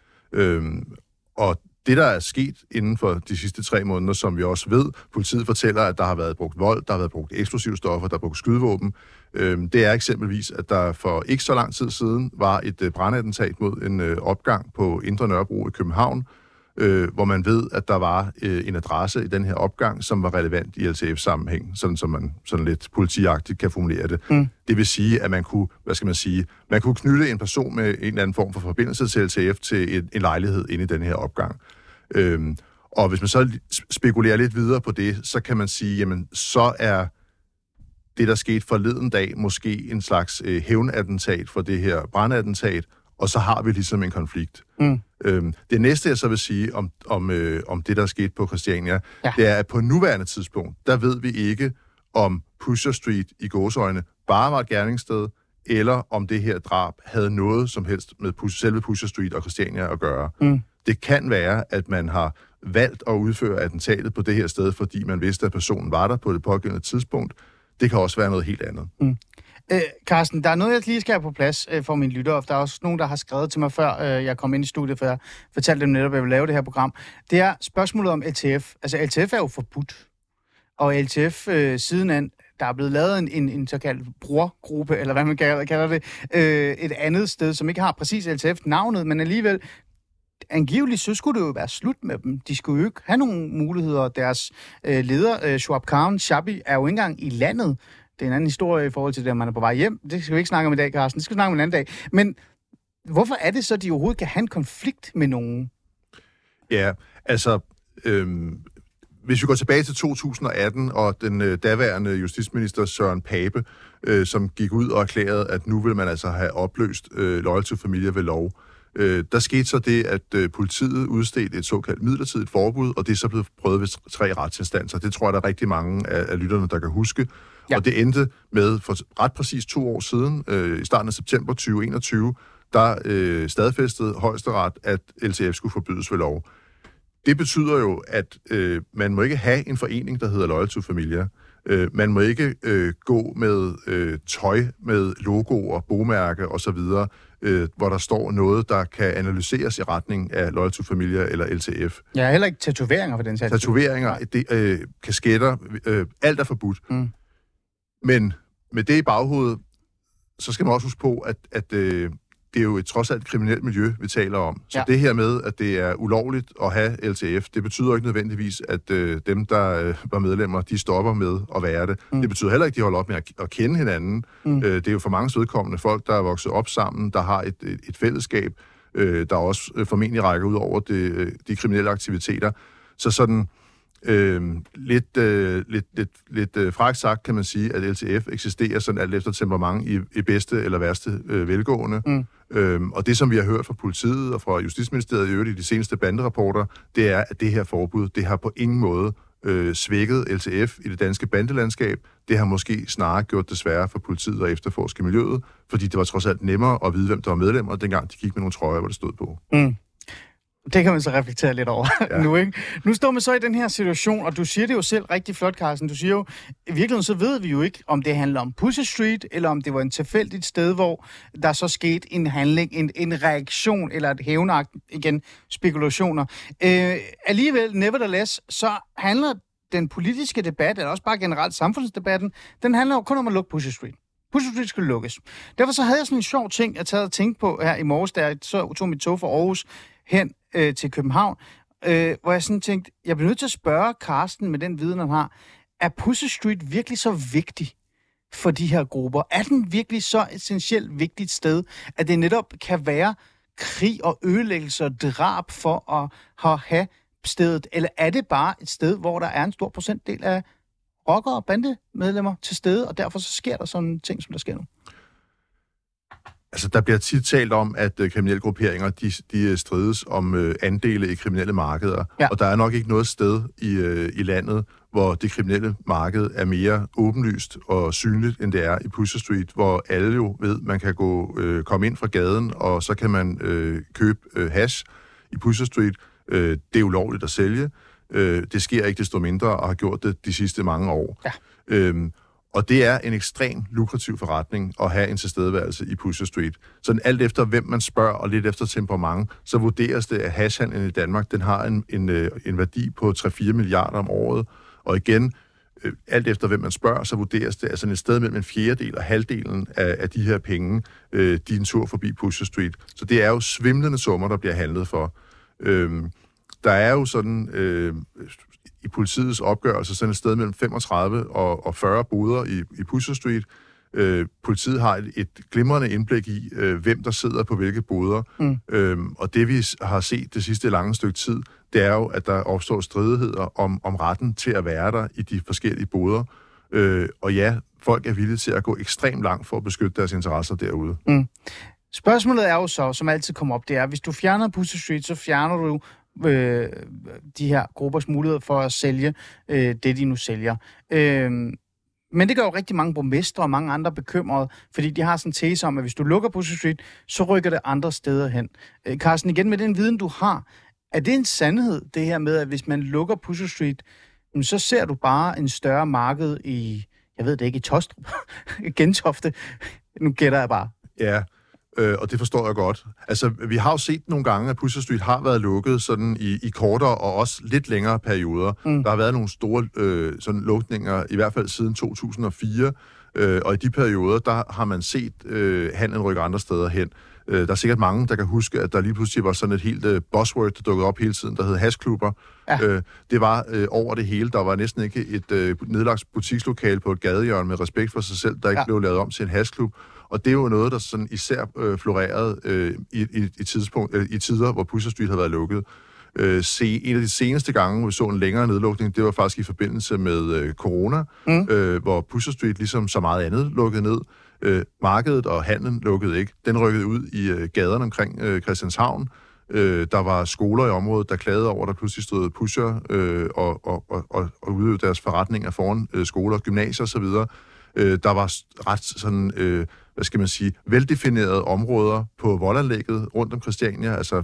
Og det, der er sket inden for de sidste 3 måneder, som vi også ved, politiet fortæller, at der har været brugt vold, der har været brugt eksplosivstoffer, der er brugt skydevåben. Det er eksempelvis, at der for ikke så lang tid siden var et brandattentat mod en opgang på Indre Nørrebro i København, hvor man ved, at der var en adresse i den her opgang, som var relevant i LTF-sammenhæng, sådan som man sådan lidt politiagtigt kan formulere det. Det vil sige, at man kunne, man kunne knytte en person med en eller anden form for forbindelse til LTF til en lejlighed inde i den her opgang. Og hvis man så spekulerer lidt videre på det, så kan man sige, jamen, så er det, der skete forleden dag, måske en slags hævnattentat for det her brandattentat, og så har vi ligesom en konflikt. Det næste, jeg så vil sige om det, der er sket på Christiania, det er, at på nuværende tidspunkt, der ved vi ikke, om Pusher Street i gåseøjne bare var et gerningssted, eller om det her drab havde noget som helst med selve Pusher Street og Christiania at gøre. Det kan være, at man har valgt at udføre attentatet på det her sted, fordi man vidste, at personen var der på det pågældende tidspunkt. Det kan også være noget helt andet. Carsten, der er noget, jeg lige skal have på plads for mine lyttere. Der er også nogen, der har skrevet til mig, før jeg kom ind i studiet, for jeg fortalte dem netop, at jeg vil lave det her program. Det er spørgsmålet om LTF. Altså, LTF er jo forbudt. Og LTF sidenand, der er blevet lavet en såkaldt brorgruppe, eller hvad man kalder det, et andet sted, som ikke har præcis LTF-navnet, men alligevel angiveligt, så skulle det jo være slut med dem. De skulle jo ikke have nogen muligheder. Deres leder, Shuaib Khan Shabi, er jo ikke engang i landet. Det er en anden historie i forhold til det, at man er på vej hjem. Det skal vi ikke snakke om i dag, Carsten. Det skal vi snakke om en anden dag. Men hvorfor er det så, at de overhovedet kan have en konflikt med nogen? Ja, altså, hvis vi går tilbage til 2018, og den daværende justitsminister Søren Pape, som gik ud og erklærede, at nu vil man altså have opløst Loyal to Familia ved lov. Der skete så det, at politiet udstedte et såkaldt midlertidigt forbud, og det er så blevet prøvet ved 3 retsinstanser. Det tror jeg, der er rigtig mange af lytterne, der kan huske. Ja. Og det endte med, for ret præcis 2 år siden, i starten af september 2021, der stadfæstede Højesteret, at LTF skulle forbydes ved lov. Det betyder jo, at man må ikke have en forening, der hedder Loyal to Familia. Man må ikke gå med tøj med logoer, bogmærke osv., hvor der står noget, der kan analyseres i retning af Loyal to Familia eller LTF. Ja, heller ikke tatoveringer for den sags. Tatoveringer, kasketter, alt er forbudt. Men med det i baghovedet, så skal man også huske på, at det er jo et trods alt kriminelt miljø, vi taler om. Så det her med, at det er ulovligt at have LTF, det betyder ikke nødvendigvis, at dem, der var medlemmer, de stopper med at være det. Det betyder heller ikke, at de holder op med at kende hinanden. Det er jo for mange vedkommende folk, der er vokset op sammen, der har et fællesskab, der også formentlig rækker ud over de kriminelle aktiviteter. Så sådan lidt frækt sagt kan man sige, at LTF eksisterer sådan alt efter temperament i bedste eller værste velgående. Og det, som vi har hørt fra politiet og fra Justitsministeriet i øvrigt i de seneste banderapporter, det er, at det her forbud, det har på ingen måde svækket LTF i det danske bandelandskab. Det har måske snarere gjort det sværere for politiet at efterforske miljøet, fordi det var trods alt nemmere at vide, hvem der var medlemmer, dengang de gik med nogle trøjer, hvor det stod på. Det kan man så reflektere lidt over nu, ikke? Nu står man så i den her situation, og du siger det jo selv rigtig flot, Carsten. Du siger jo, i virkeligheden så ved vi jo ikke, om det handler om Pusher Street, eller om det var et tilfældigt sted, hvor der så skete en handling, en reaktion, eller et hævnagt, igen, spekulationer. Alligevel, nevertheless, så handler den politiske debat, eller også bare generelt samfundsdebatten, den handler jo kun om at lukke Pusher Street. Pusher Street skulle lukkes. Derfor så havde jeg sådan en sjov ting, jeg taget og tænkte på her i morges, da jeg så tog mit tog fra Aarhus hen til København, hvor jeg sådan tænkte, jeg bliver nødt til at spørge Carsten med den viden, han har, er Pusher Street virkelig så vigtig for de her grupper? Er den virkelig så essentielt vigtigt sted, at det netop kan være krig og ødelæggelse og drab for at have stedet? Eller er det bare et sted, hvor der er en stor procentdel af rockere og bandemedlemmer til stede, og derfor så sker der sådan ting, som der sker nu? Altså, der bliver tit talt om, at kriminelle grupperinger, de strides om andele i kriminelle markeder. Ja. Og der er nok ikke noget sted i landet, hvor det kriminelle marked er mere åbenlyst og synligt, end det er i Pusher Street, hvor alle jo ved, man kan komme ind fra gaden, og så kan man købe hash i Pusher Street. Det er ulovligt at sælge. Det sker ikke desto mindre, og har gjort det de sidste mange år. Ja. Og det er en ekstremt lukrativ forretning at have en tilstedeværelse i Pusher Street. Så alt efter, hvem man spørger, og lidt efter temperament, så vurderes det, at hashhandlen i Danmark, den har en værdi på 3-4 milliarder om året. Og igen, alt efter, hvem man spørger, så vurderes det, altså et sted mellem en fjerdedel og halvdelen af de her penge, de er en tur forbi Pusher Street. Så det er jo svimlende summer, der bliver handlet for. Der er jo sådan... i politiets opgørelse sådan et sted mellem 35 og 40 boder i Pusher Street. Politiet har et glimrende indblik i, hvem der sidder på hvilke boder. Og det, vi har set det sidste lange stykke tid, det er jo, at der opstår stridigheder om retten til at være der i de forskellige boder. Og ja, folk er villige til at gå ekstremt langt for at beskytte deres interesser derude. Spørgsmålet er jo så, som altid kommer op, det er, hvis du fjerner Pusher Street, så fjerner du de her gruppers mulighed for at sælge det, de nu sælger. Men det gør jo rigtig mange borgmestre og mange andre bekymrede, fordi de har sådan en tese om, at hvis du lukker Pusher Street, så rykker det andre steder hen. Carsten, igen med den viden, du har, er det en sandhed, det her med, at hvis man lukker Pusher Street, så ser du bare en større marked i, jeg ved det ikke, i Tostrup, Gentofte? Nu gætter jeg bare. Ja, og det forstår jeg godt. Altså, vi har jo set nogle gange, at Pusher Street har været lukket sådan i kortere og også lidt længere perioder. Der har været nogle store sådan lukninger, i hvert fald siden 2004, og i de perioder, der har man set handlen rykke andre steder hen. Der er sikkert mange, der kan huske, at der lige pludselig var sådan et helt buzzword, der dukkede op hele tiden, der hed hashklubber. Ja. Det var over det hele. Der var næsten ikke et nedlagt butikslokale på et gadehjørne med respekt for sig selv, der ikke blev lavet om til en hashklub. Og det er jo noget, der sådan især florerede i tider, hvor Pusher Street havde været lukket. En af de seneste gange, vi så en længere nedlukning, det var faktisk i forbindelse med corona, hvor Pusher Street, ligesom så meget andet, lukkede ned. Markedet og handlen lukkede ikke. Den rykkede ud i gaderne omkring Christianshavn. Der var skoler i området, der klagede over, der pludselig stod pusher og udøvede deres forretninger foran skoler, gymnasier osv. Der var ret sådan, hvad skal man sige, veldefinerede områder på voldanlægget rundt om Christiania, altså,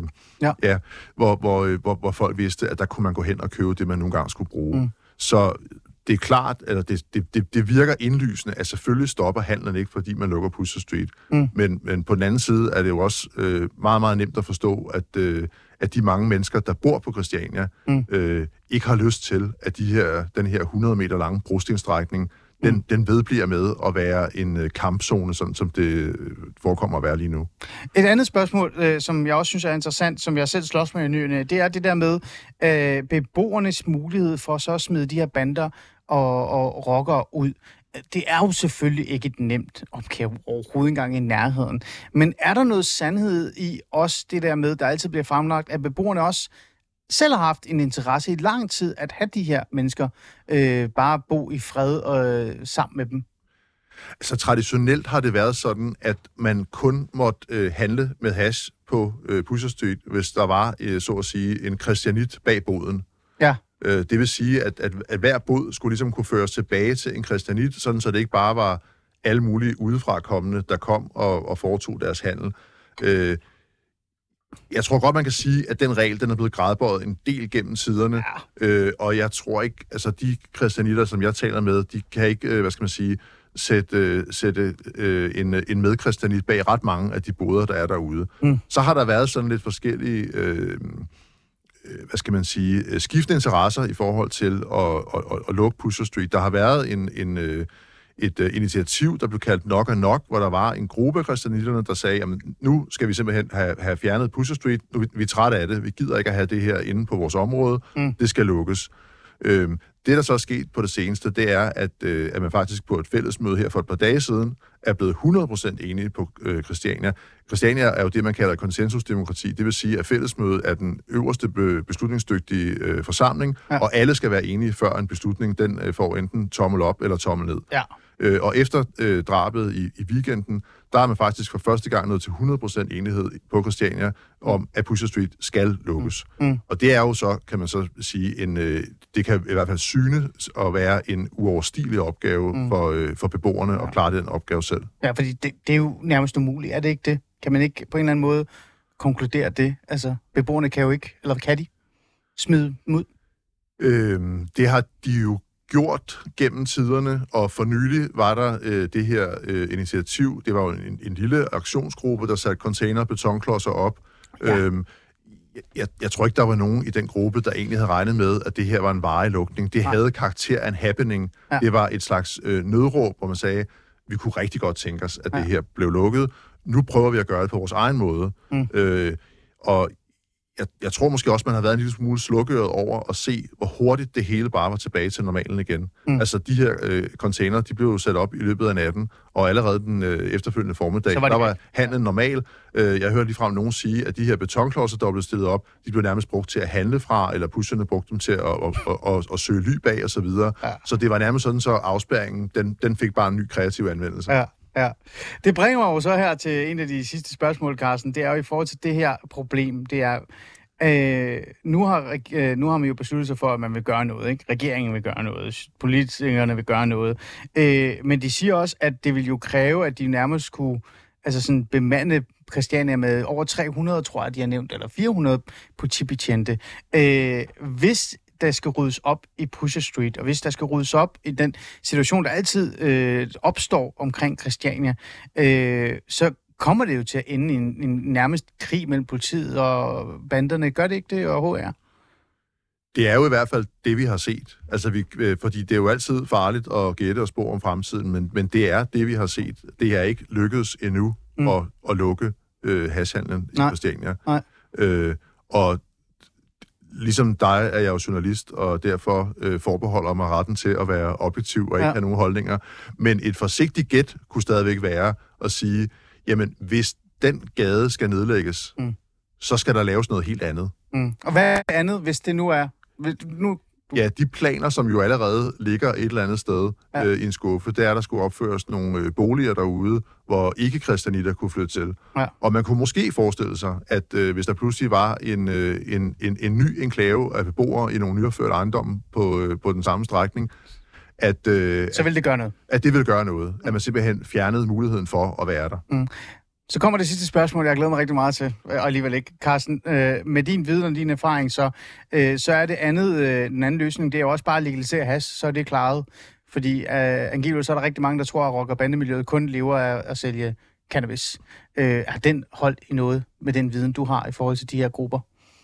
hvor folk vidste, at der kunne man gå hen og købe det, man nogle gange skulle bruge. Så det er klart, eller det virker indlysende, at selvfølgelig stopper handlen ikke, fordi man lukker Pusher Street. Men på den anden side er det jo også meget, meget nemt at forstå, at de mange mennesker, der bor på Christiania, ikke har lyst til, at den her 100 meter lange brostenstrækning, den vedbliver med at være en kampzone, sådan som det forekommer at være lige nu. Et andet spørgsmål, som jeg også synes er interessant, som jeg selv slås med i nyerne, det er det der med beboernes mulighed for så at smide de her bander og rockere ud. Det er jo selvfølgelig ikke et nemt opgave overhovedet engang i nærheden. Men er der noget sandhed i også det der med, der altid bliver fremlagt, at beboerne også selv har haft en interesse i lang tid at have de her mennesker bare bo i fred sammen med dem? Altså traditionelt har det været sådan, at man kun måtte handle med hash på Pusher Street, hvis der var, så at sige, en christianit bag boden. Ja. Det vil sige, at hver bod skulle ligesom kunne føres tilbage til en christianit, sådan så det ikke bare var alle mulige udefrakommende, der kom og foretog deres handel. Jeg tror godt, man kan sige, at den regel, den er blevet gradbøjet en del gennem tiderne, og jeg tror ikke, altså de christianitter, som jeg taler med, de kan ikke, hvad skal man sige, sætte en medkristianit bag ret mange af de boder, der er derude. Så har der været sådan lidt forskellige, hvad skal man sige, skiftende interesser i forhold til at lukke Pusher Street. Der har været et initiativ, der blev kaldt Knock and Knock, hvor der var en gruppe af christianitterne, der sagde, jamen nu skal vi simpelthen have fjernet Pusher Street, vi er trætte af det, vi gider ikke at have det her inde på vores område, det skal lukkes. Det, der så er sket på det seneste, det er, at man faktisk på et fællesmøde her for et par dage siden er blevet 100% enige på Christiania. Christiania er jo det, man kalder konsensusdemokrati. Det vil sige, at fællesmødet er den øverste beslutningsdygtige forsamling, og alle skal være enige, før en beslutning den får enten tommel op eller tommel ned. Ja. Og efter drabet i weekenden, der er man faktisk for første gang nået til 100% enighed på Christiania om, at Pusher Street skal lukkes. Og det er jo så, kan man så sige, det kan i hvert fald synes at være en uoverstigelig opgave for beboerne at klare den opgave selv. Ja, fordi det er jo nærmest umuligt, er det ikke det? Kan man ikke på en eller anden måde konkludere det? Altså, beboerne kan jo ikke, eller kan de smide dem ud? Det har de jo gjort gennem tiderne, og for nylig var der det her initiativ. Det var jo en lille aktionsgruppe, der satte container- og betonklodser op. Ja. Jeg tror ikke, der var nogen i den gruppe, der egentlig havde regnet med, at det her var en varig lukning. Det havde karakter af en happening. Ja. Det var et slags nødråb, hvor man sagde, vi kunne rigtig godt tænke os, at det her blev lukket. Nu prøver vi at gøre det på vores egen måde. Og jeg tror måske også, man har været en lille smule slukøret over at se, hvor hurtigt det hele bare var tilbage til normalen igen. Altså, de her container, de blev jo sat op i løbet af natten, og allerede den efterfølgende formiddag, der var handlen normal. Jeg hørte ligefrem nogen sige, at de her betonklodser, der blev stillet op, de blev nærmest brugt til at handle fra, eller pusherne brugte dem til at søge ly bag, og så videre. Ja. Så det var nærmest sådan, så afspærringen, den fik bare en ny kreativ anvendelse. Ja. Ja, det bringer mig jo så her til en af de sidste spørgsmål, Carsten. Det er jo i forhold til det her problem. Det er, nu har man jo besluttet sig for, at man vil gøre noget, ikke? Regeringen vil gøre noget, politikerne vil gøre noget. Men de siger også, at det vil jo kræve, at de nærmest kunne sådan bemande Christiania med over 300, tror jeg, de har nævnt, eller 400 politibetjente. Hvis der skal ryddes op i Pusher Street, og hvis der skal ryddes op i den situation, der altid opstår omkring Christiania, så kommer det jo til at ende i en nærmest krig mellem politiet og banderne. Gør det ikke det, og HR? Det er jo i hvert fald det, vi har set. Altså, fordi det er jo altid farligt at gætte og spå om fremtiden, men det er det, vi har set. Det er ikke lykkedes endnu at lukke hashhandlen i Christiania. Og ligesom dig er jeg jo journalist, og derfor forbeholder mig retten til at være objektiv og ikke have nogen holdninger. Men et forsigtigt gæt kunne stadigvæk være at sige, jamen, hvis den gade skal nedlægges, så skal der laves noget helt andet. Og hvad er andet, hvis det nu er? Ja, de planer, som jo allerede ligger et eller andet sted i en skuffe, det er, at der skulle opføres nogle boliger derude, hvor ikke-kristianitter kunne flytte til. Ja. Og man kunne måske forestille sig, at hvis der pludselig var en ny enklave af beboere i nogle nyopførte ejendomme på den samme strækning, så vil det gøre noget. At det vil gøre noget. At man simpelthen fjernede muligheden for at være der. Så kommer det sidste spørgsmål, jeg glæder mig rigtig meget til, og alligevel ikke. Carsten, med din viden og din erfaring, så er det andet, den anden løsning, det er jo også bare at legalisere hash, så er det klaret. Fordi angiveligt så er der rigtig mange, der tror, at rock- og bandemiljøet kun lever af at sælge cannabis. Har den holdt i noget med den viden, du har i forhold til de her grupper?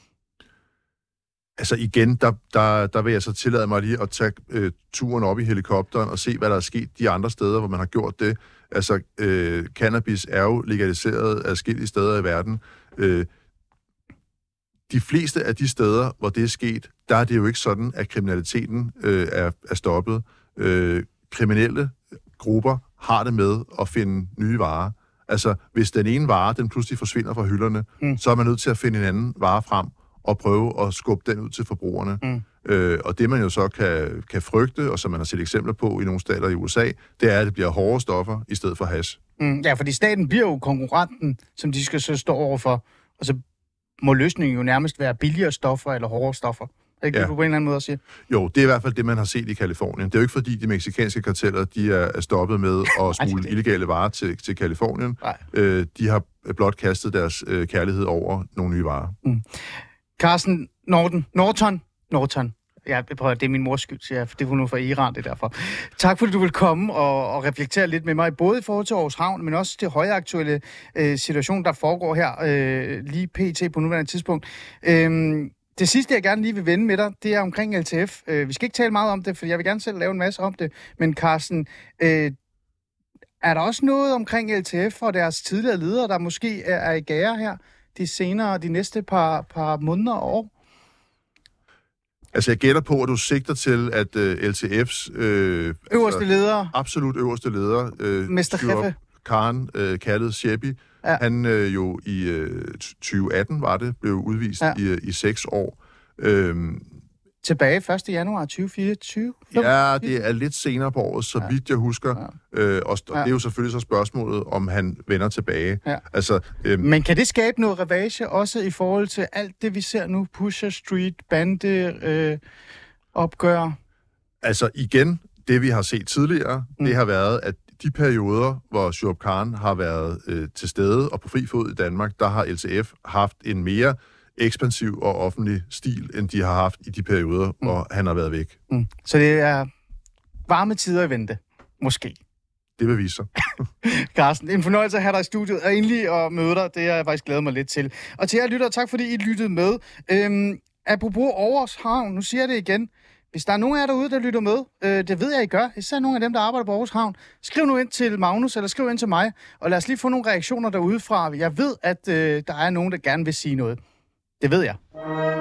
Altså igen, der vil jeg så tillade mig lige at tage turen op i helikopteren og se, hvad der er sket de andre steder, hvor man har gjort det. Altså, cannabis er jo legaliseret adskillige steder i verden. De fleste af de steder, hvor det er sket, der er det jo ikke sådan, at kriminaliteten er stoppet. Kriminelle grupper har det med at finde nye varer. Altså, hvis den ene vare, den pludselig forsvinder fra hylderne, så er man nødt til at finde en anden vare frem og prøve at skubbe den ud til forbrugerne. Og det, man jo så kan frygte, og som man har set eksempler på i nogle stater i USA, det er, at det bliver hårde stoffer i stedet for hash. Ja, fordi staten bliver jo konkurrenten, som de skal så stå overfor, og så må løsningen jo nærmest være billigere stoffer eller hårdere stoffer. Er ikke det, du på en eller anden måde at sige? Jo, det er i hvert fald det, man har set i Kalifornien. Det er jo ikke, fordi de mexikanske karteller, de er stoppet med at smule illegale varer til Kalifornien. De har blot kastet deres kærlighed over nogle nye varer. Carsten Norton. Ja, det er min mors skyld, siger jeg, for det var nu fra Iran, det er derfor. Tak fordi du vil komme og reflektere lidt med mig, både i forhold til Aarhus Havn, men også til højaktuelle situation, der foregår her lige pt. På nuværende tidspunkt. Det sidste, jeg gerne lige vil vende med dig, det er omkring LTF. Vi skal ikke tale meget om det, for jeg vil gerne selv lave en masse om det. Men Carsten, er der også noget omkring LTF og deres tidligere ledere, der måske er i gære her de næste par måneder og år? Altså, jeg gætter på, at du sigter til, at LTF's øverste ledere, absolut øverste leder, Mester Kheffe Khan, kaldet Shebi, han jo i 2018 var det, blev udvist i 6 år. tilbage 1. januar 2024? Ja, det er lidt senere på året, så vidt jeg husker. Og det er jo selvfølgelig så spørgsmålet, om han vender tilbage. Ja. Altså, Men kan det skabe noget ravage også i forhold til alt det, vi ser nu? Pusher Street, bande, opgør? Altså igen, det vi har set tidligere, det har været, at de perioder, hvor Shuaib Khan har været til stede og på fri fod i Danmark, der har LTF haft en mere ekspansiv og offentlig stil, end de har haft i de perioder, hvor han har været væk. Så det er varme tider i vente, måske. Det vil vise sig. Carsten, en fornøjelse at have dig i studiet, og endelig at møde dig, det har jeg faktisk glædet mig lidt til. Og til jer lyttere, tak fordi I lyttede med. Apropos Aarhus Havn, nu siger jeg det igen. Hvis der er nogen af jer derude, der lytter med, det ved jeg, I gør, især nogle af dem, der arbejder på Aarhus Havn, skriv nu ind til Magnus, eller skriv ind til mig, og lad os lige få nogle reaktioner derude fra. Jeg ved, at der er nogen, der gerne vil sige noget. Det ved jeg.